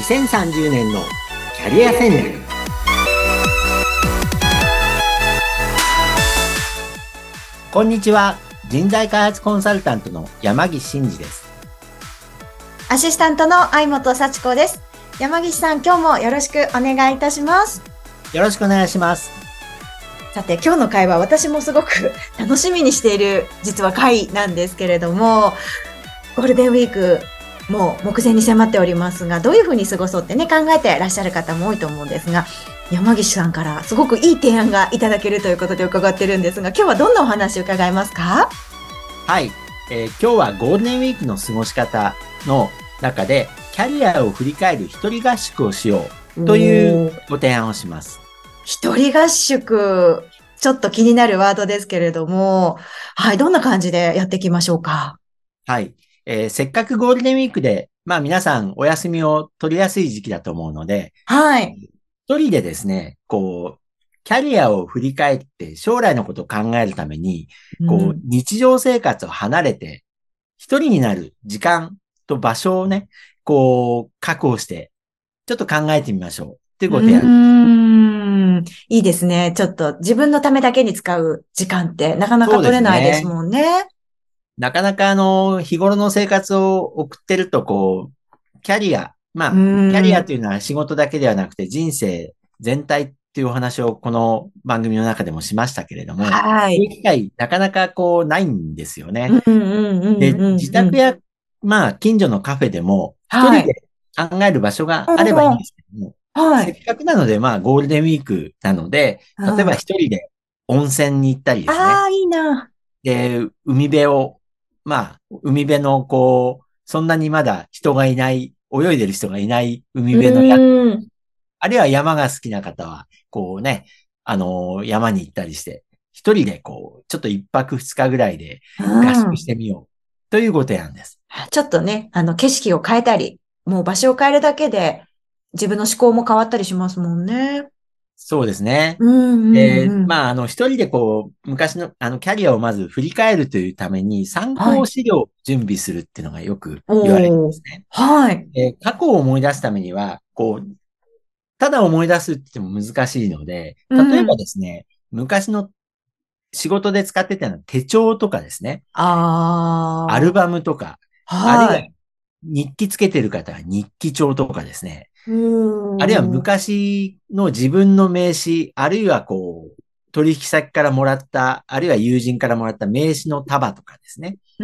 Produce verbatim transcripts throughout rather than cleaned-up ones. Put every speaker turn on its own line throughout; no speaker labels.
せんさんじゅうねんのキャリア戦略。こんにちは。人材開発コンサルタントの山岸真嗣です。
アシスタントの相本幸子です。山岸さん、今日もよろしくお願いいたします。
よろしくお願いします。
さて、今日の会話、私もすごく楽しみにしている実は会なんですけれども、ゴールデンウィークもう目前に迫っておりますが、どういうふうに過ごそうってね考えていらっしゃる方も多いと思うんですが、山岸さんからすごくいい提案がいただけるということで伺ってるんですが、今日はどんなお話を伺えますか？
はい、えー、今日はゴールデンウィークの過ごし方の中でキャリアを振り返る一人合宿をしようというご提案をします。
一人合宿、ちょっと気になるワードですけれども、はい、どんな感じでやっていきましょうか？
はい、えー、せっかくゴールデンウィークで、まあ皆さんお休みを取りやすい時期だと思うので、
はい。
一人でですね、こう、キャリアを振り返って将来のことを考えるために、こう、日常生活を離れて、一人になる時間と場所をね、こう、確保して、ちょっと考えてみましょう。ということやる。
うーん。いいですね。ちょっと自分のためだけに使う時間ってなかなか取れないですもんね。
なかなかあの、日頃の生活を送ってると、こう、キャリア、まあ、キャリアというのは仕事だけではなくて人生全体っていうお話をこの番組の中でもしましたけれども、
はい。
そういう機会なかなかこうないんですよね。
うんうんうん
で、
うんうん、
自宅や、まあ、近所のカフェでも一
はい。
人で考える場所があればいいんですけども、
はい。
せっかくなので、まあ、ゴールデンウィークなので、例えば
あ
一人で温泉に行ったりですね。
あー、いいな。
で、海辺を、まあ、海辺のこう、そんなにまだ人がいない、泳いでる人がいない海
う
辺のや、
ーん。
あるいは山が好きな方は、こうね、あのー山に行ったりして、一人でこう、ちょっと一泊二日ぐらいで
う
合宿し
ん。
てみよう。というご提案です。
ちょっとね、あの、景色を変えたり、もう場所を変えるだけで、自分の思考も変わったりしますもんね。
そうですね。
うんうん
で、
うん。
まあ、あの、一人でこう、昔の、あの、キャリアをまず振り返るというために、参
はい。
考資料を準備するっていうのがよく言われるんで
おー。
すね。
はい。
で、過去を思い出すためには、こう、ただ思い出すって言っても難しいので、
う
例えば
ん。
ですね、昔の仕事で使ってたのは手帳とかですね、アル
あ
バムとか、
あ。
あるいは
はい。
日記つけてる方は日記帳とかですね、
う
あるいは
ーん。
昔の自分の名刺、あるいはこう、取引先からもらった、あるいは友人からもらった名刺の束とかですね。
うん。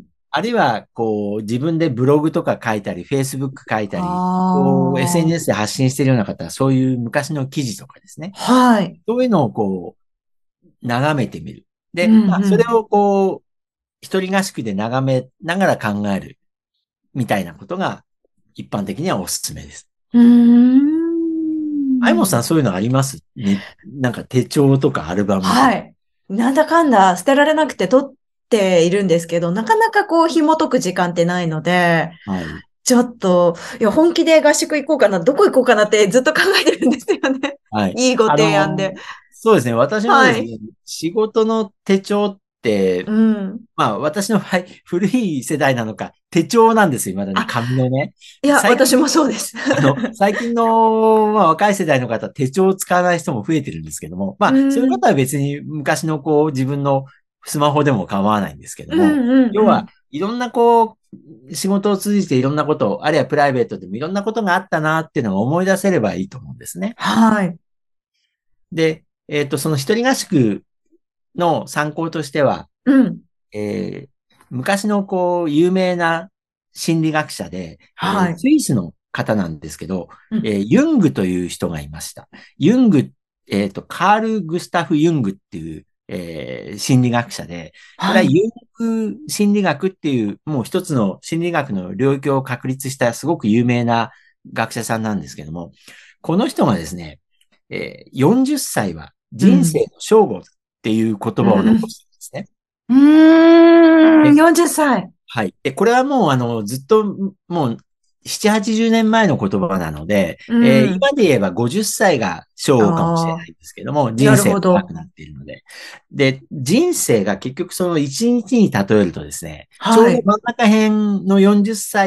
あるいは、こう、自分でブログとか書いたり、Facebook 書いたり、こう、
ああ。
エスエヌエス で発信しているような方は、そういう昔の記事とかですね。
はい。
そういうのをこう、眺めてみる。
う
で、まあ、
んうん。
それをこう、一人合宿で眺めながら考える、みたいなことが、一般的にはおすすめです。
うーん。
あいもさん、そういうのありますね。なんか手帳とかアルバムとか。
はい。なんだかんだ捨てられなくて取っているんですけど、なかなかこう紐解く時間ってないので、
はい。
ちょっと、いや、本気で合宿行こうかな、どこ行こうかなってずっと考えてるんですよね。
はい。
いいご
あの、
提案で。
そうですね。私もですね、
はい。
仕事の手帳って、
うん。
まあ、私の場合、古い世代なのか、手帳なんですよ。まだに
あ、
紙のね。
いや、
最近、
私もそうです。
あの、最近の、まあ、若い世代の方、手帳を使わない人も増えてるんですけども、ま
う
あ、そういう
ん。
方は別に昔のこう、自分のスマホでも構わないんですけども、
うんうん
要は、
うん。
いろんなこう、仕事を通じていろんなことを、あるいはプライベートでもいろんなことがあったなっていうのを思い出せればいいと思うんですね。
はい。
で、えっと、その一人合宿の参考としては、
うん。
えー昔のこう、有名な心理学者で、え
はい。
ースイスの方なんですけど、
うん。
えーユングという人がいました。ユング、えっと、カール・グスタフ・ユングっていう、えー心理学者で、これ
はい。
はユング心理学っていう、もう一つの心理学の領域を確立したすごく有名な学者さんなんですけども、この人がですね、えーよんじゅっさいは
うん。
人生の正午っていう言葉を残
うん。
してるんですね。
うーん。
で
よんじゅっさい。
はい。で、これはもう、あの、ずっと、もう、なな、はちじゅうねんまえの言葉なので、
う
えー
ん。
今で言えばごじゅっさいが正午かもしれ
ああ、
ないんですけども、
な
人生
るほど。
は長くなっているので。で、人生が結局そのいちにちに例えるとですね、ちょう
はい。
ど真ん中辺のよんじゅっさい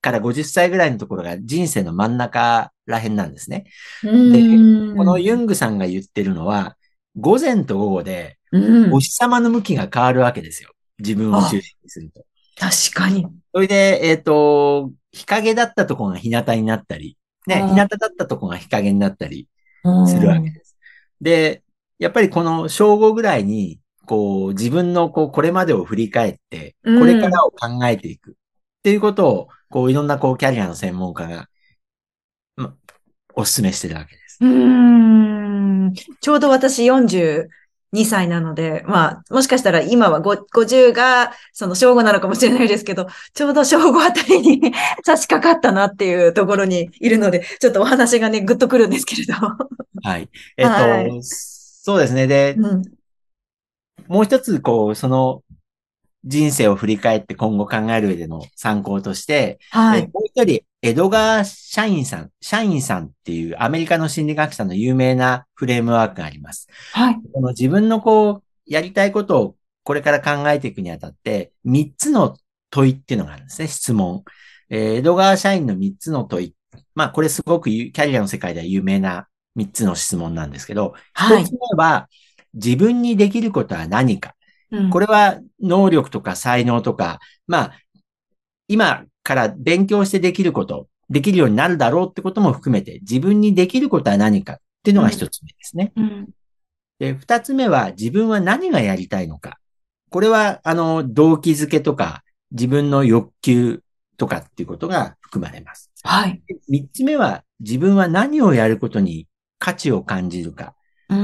からごじゅっさいぐらいのところが人生の真ん中らへんなんですね。
う
で、
ーん。
このユングさんが言ってるのは、午前と午後で
うん。
お日様の向きが変わるわけですよ。自分を中
あ、
心にすると。
確かに。
それで、えっと、日陰だったところが日向になったり、ね、日
あ
向だったところが日陰になったり
あ、
するわ
うん。
けです。で、やっぱりこの正午ぐらいに、こう、自分のこう、これまでを振り返って、
う
これか
ん。
らを考えていくっていうことを、こう、いろんなこう、キャリアの専門家が、まお勧めしてるわけです。
うーん。ちょうど私よんじゅうにさいなので、まあ、もしかしたら今はごごじゅうがその正午なのかもしれないですけど、ちょうど正午あたりに差し掛かったなっていうところにいるので、ちょっとお話がね、ぐっとくるんですけれど。
はい。えっ
はい。
と、そうですね。で、
うん。
もう一つ、こう、その人生を振り返って今後考える上での参考として、えー
はい。
もう一人、江戸川社員さん、社員さんっていうアメリカの心理学者の有名なフレームワークがあります。
はい。
この自分のこう、やりたいことをこれから考えていくにあたって、三つの問いっていうのがあるんですね、質問。えー江戸川社員の三つの問い。まあ、これすごくキャリアの世界では有名な三つの質問なんですけど、一
はい。
つ目は、自分にできることは何か。
うん。
これは能力とか才能とか、まあ、今から勉強してできること、できるようになるだろうってことも含めて、自分にできることは何かっていうの
うん。
が一つ目ですね。
うん。
で、二つ目は自分は何がやりたいのか。これは、あの、動機づけとか、自分の欲求とかっていうことが含まれます。
はい。
三つ目は、自分は何をやることに価値を感じるか。
うん。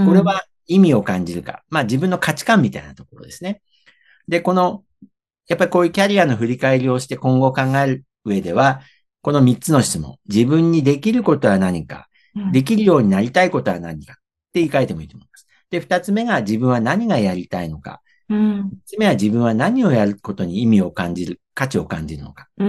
これは意味を感じるか。まあ自分の価値観みたいなところですね。で、この、やっぱりこういうキャリアの振り返りをして今後考える上では、この三つの質問。自分にできることは何か。
うん。
できるようになりたいことは何か。って言い換えてもいいと思います。で、二つ目が自分は何がやりたいのか。
うん。
三つ目は自分は何をやることに意味を感じる、価値を感じるのか。
うん。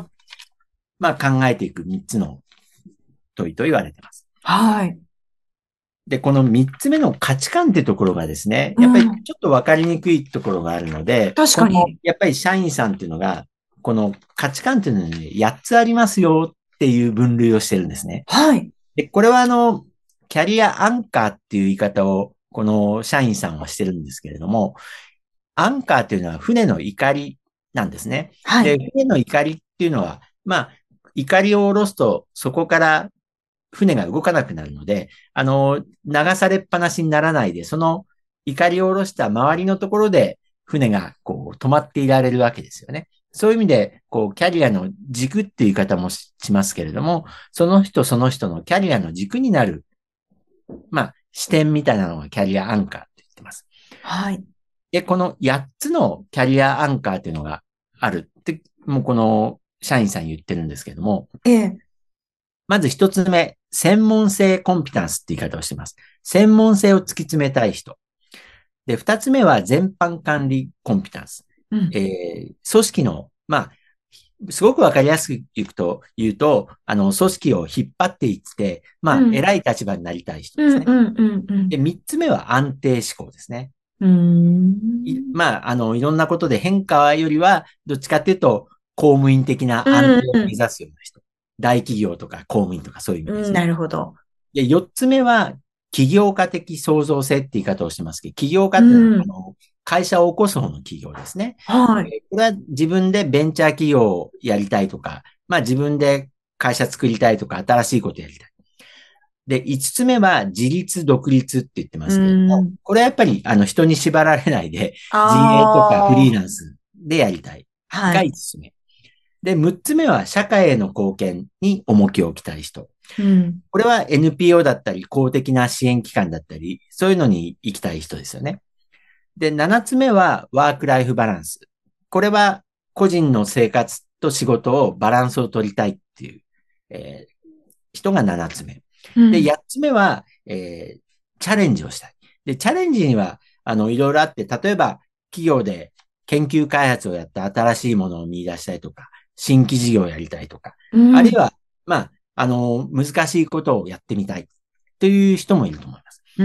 これを、まあ考えていく三つの問いと言われています。
はい。
で、この三つ目の価値観ってところがですね、
う
やっぱり
ん。
ちょっとわかりにくいところがあるので、この、
確かに。
やっぱり社員さんっていうのが、この価値観っていうのにやっつありますよっていう分類をしてるんですね。
はい。
で、これはあの、キャリアアンカーっていう言い方を、この社員さんはしてるんですけれども、アンカーっていうのは船の怒りなんですね。で、
はい。
船の怒りっていうのは、まあ、怒りを下ろすと、そこから船が動かなくなるので、あの、流されっぱなしにならないで、その怒りを下ろした周りのところで船がこう止まっていられるわけですよね。そういう意味で、こう、キャリアの軸っていう言い方もしますけれども、その人その人のキャリアの軸になる、まあ、視点みたいなのがキャリアアンカーって言ってます。
はい。
で、このやっつのキャリアアンカーっていうのがあるって、もうこの社員さん言ってるんですけども、
ええ。
まず一つ目、専門性コンピタンスって言い方をしています。専門性を突き詰めたい人。で、二つ目は全般管理コンピタンス。
うん。
えー、組織の、まあ、すごくわかりやすく言うと、言うと、あの、組織を引っ張っていって、まあ、
うん。
偉い立場になりたい人で
うん。
すね。
うん。うん。うん。
で、三つ目は安定志向ですね。
うー
い
ん。
まあ、あの、いろんなことで変化よりは、どっちかっていうと、公務員的な安
うん。
定を目指すような人。大企業とか公務員とかそういう意味で
うん。
すね。
なるほど。
で、四つ目は、起業家的創造性って言い方をしてますけど、起業家
う
っていうのは、あ
ん。
の、会社を起こす方の企業ですね。
はい。
えこれは自分でベンチャー企業をやりたいとか、まあ自分で会社作りたいとか、新しいことやりたい。で、五つ目は自立独立って言ってま
う
すけれども、
ん。
これはやっぱり、あの、人に縛られないで、自営とかフリー
ああ。
ランスでやりたい。が
はい。
五つ目。で、六つ目は社会への貢献に重きを置きたい人。
うん。
これは エヌピーオー だったり、公的な支援機関だったり、そういうのに行きたい人ですよね。で、七つ目はワークライフバランス。これは個人の生活と仕事をバランスを取りたいっていう、えー人が七つ目。で、
うん。
八つ目は、えーチャレンジをしたい。で、チャレンジには、あの、いろいろあって、例えば、企業で研究開発をやって新しいものを見出したいとか、新規事業をやりたいとか、
うん。
あるいは、まあ、あの、難しいことをやってみたいという人もいると思います。
うん。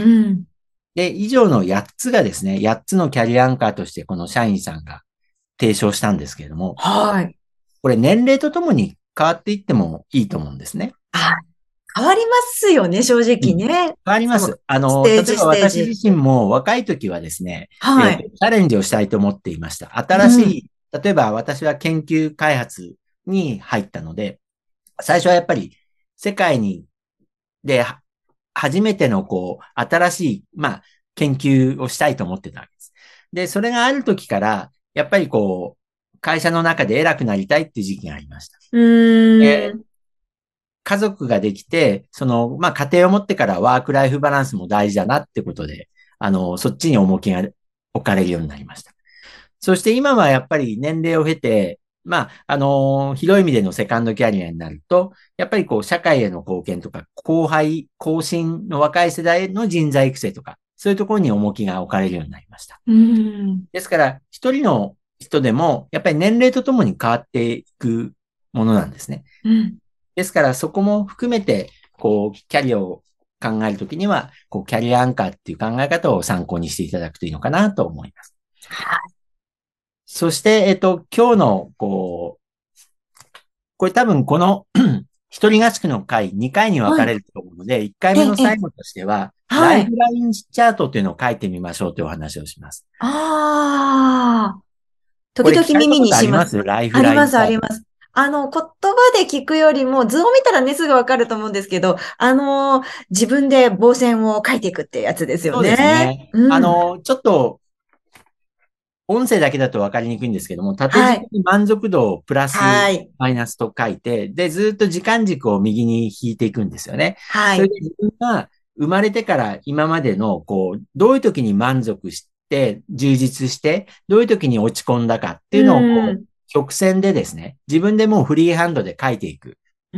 で、以上のやっつがですね、やっつのキャリアアンカーとしてこの社員さんが提唱したんですけれども、
はい。
これ年齢とともに変わっていってもいいと思うんですね。
あ、変わりますよね、正直ね。
変わりま
その
す。あの、例え
ステージ、ス
ば私
テージ。
自身も若い時はですね、えっと、
はい。
チャレンジをしたいと思っていました。新
うん。
しい、例えば私は研究開発に入ったので、最初はやっぱり世界に、で、は初めてのこう、新しい、まあ、研究をしたいと思ってたわけです。で、それがある時から、やっぱりこう、会社の中で偉くなりたいっていう時期がありました。
うー
で、
ん。
家族ができて、その、まあ、家庭を持ってからワークライフバランスも大事だなってことで、あの、そっちに重きが置かれるようになりました。そして今はやっぱり年齢を経て、まあ、あの、広い意味でのセカンドキャリアになると、やっぱりこう、社会への貢献とか、後輩、後進の若い世代の人材育成とか、そういうところに重きが置かれるようになりました。
うーん。
ですから、一人の人でも、やっぱり年齢とともに変わっていくものなんですね。
うん。
ですから、そこも含めて、こう、キャリアを考えるときには、こう、キャリアアンカーっていう考え方を参考にしていただくといいのかなと思います。
はい。
そして、えっと、今日の、こう、これ多分この一人合宿の回、にかいに分
はい。
かれると思うので、いっかいめ
ええ、ええ。
の最後としては、ライフ
はい。
ラインチャートというのを書いてみましょうというお話をします。
ああ。
これ聞
時々耳
かれたことあ
にします。
りますライフライ
あります、
ンチャート。
あります。あの、言葉で聞くよりも、図を見たらね、すぐわかると思うんですけど、あの、自分で棒線を書いていくってやつですよ
そうです
ね。
ね。あ
うん。
の、ちょっと、音声だけだと分かりにくいんですけども、縦
はい。
軸に満足度をプラス、
はい。
マイナスと書いて、で、ずっと時間軸を右に引いていくんですよね。
はい。
それで自分が生まれてから今までの、こう、どういう時に満足して、充実して、どういう時に落ち込んだかっていうのを、こう、
うん。
曲線でですね、自分でもうフリーハンドで書いていく
うん。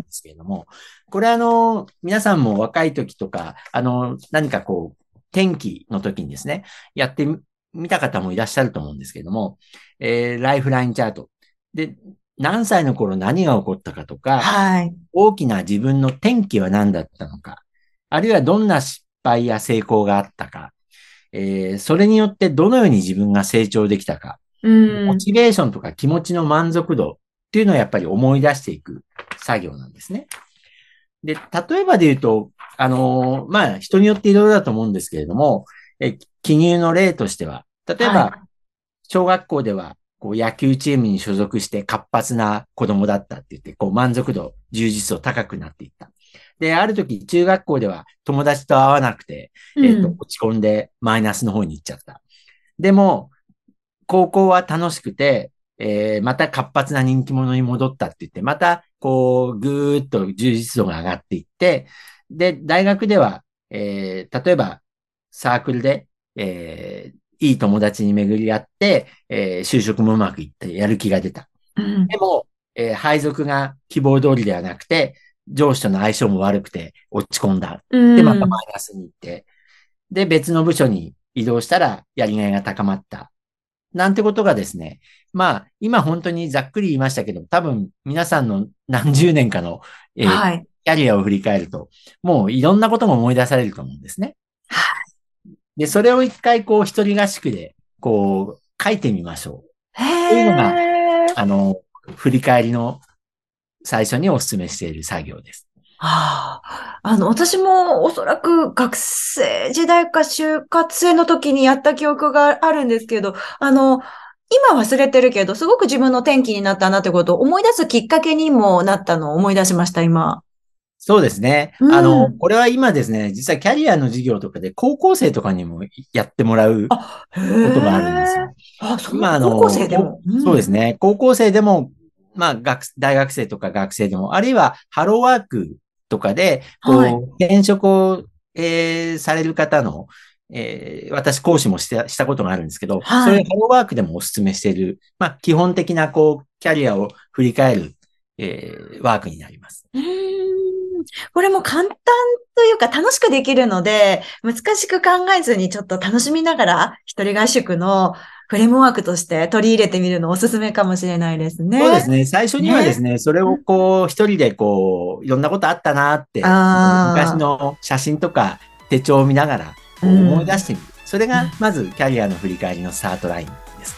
だけなんですけれども、これあの、皆さんも若い時とか、あの、何かこう、天気の時にですね、やってみ見た方もいらっしゃると思うんですけれども、えー、ライフラインチャート。で、何歳の頃何が起こったかとか、
はい。
大きな自分の転機は何だったのか、あるいはどんな失敗や成功があったか、えー、それによってどのように自分が成長できたか、
う
モ
ん。
チベーションとか気持ちの満足度っていうのをやっぱり思い出していく作業なんですね。で、例えばで言うと、あのーまあ、人によっていろいろだと思うんですけれども、え、記入の例としては、例え
はい。
ば、小学校では、こう、野球チームに所属して活発な子供だったって言って、こう、満足度、充実度高くなっていった。で、ある時、中学校では友達と会わなくて、えっと、
うん。
落ち込んでマイナスの方に行っちゃった。でも、高校は楽しくて、えー、また活発な人気者に戻ったって言って、また、こう、ぐーっと充実度が上がっていって、で、大学では、えー、例えば、サークルで、えー、いい友達に巡り合って、えー、就職もうまくいってやる気が出た。
うん。
でも、えー、配属が希望通りではなくて、上司との相性も悪くて落ち込んだ。
う
で、またマ
ん。
イナスに行って、で、別の部署に移動したらやりがいが高まった。なんてことがですね、まあ、今本当にざっくり言いましたけど、多分皆さんの何十年かの、えー
はい。
キャリアを振り返ると、もういろんなことも思い出されると思うんですね。
は
で、それを一回こう一人合宿で、こう、書いてみましょう。
い。へ
というのが、
え。
あの、振り返りの最初にお勧めしている作業です。
はあ、あの、私もおそらく学生時代か就活生の時にやった記憶があるんですけど、あの、今忘れてるけど、すごく自分の転機になったなってことを思い出すきっかけにもなったのを思い出しました、今。
そうですね。
う
あの、
ん。
これは今ですね、実はキャリアの授業とかで高校生とかにもやってもらう
あ、へ
ことがあるんですよ。
え。あ、そんな、
今、あ
高校
の、こ
生でも。うん。
そうですね。高校生でも、まあ、学、大学生とか学生でも、あるいはハローワークとかで、
はい。
こう、転職を、えーされる方の、えー私講師もした、したことがあるんですけど、そういう
はい。
ハローワークでもお勧めしている、まあ、基本的な、こう、キャリアを振り返る、えーワークになります。
うーん。これも簡単というか楽しくできるので、難しく考えずにちょっと楽しみながら、一人合宿のフレームワークとして取り入れてみるのおすすめかもしれないですね。
そうですね。最初にはです
ね。
ね、それを
うん。
こう、一人でこう、いろんなことあったなって、昔
あ
の写真とか手帳を見ながら、
あ、う
こう思い出
ん。
してみる。それが、まずキャリアの振り返りのスタートラインですね。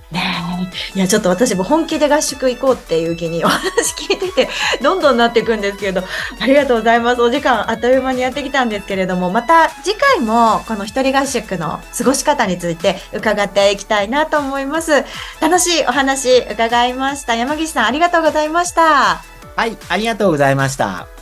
ねえ。いや、ちょっと私も本気で合宿行こうっていう気にお話聞いてて、どんどんなっていくんですけど、ありがとうございます。お時間あっという間にやってきたんですけれども、また次回もこの一人合宿の過ごし方について伺っていきたいなと思います。楽しいお話伺いました。山岸さん、ありがとうございました。
はい、ありがとうございました。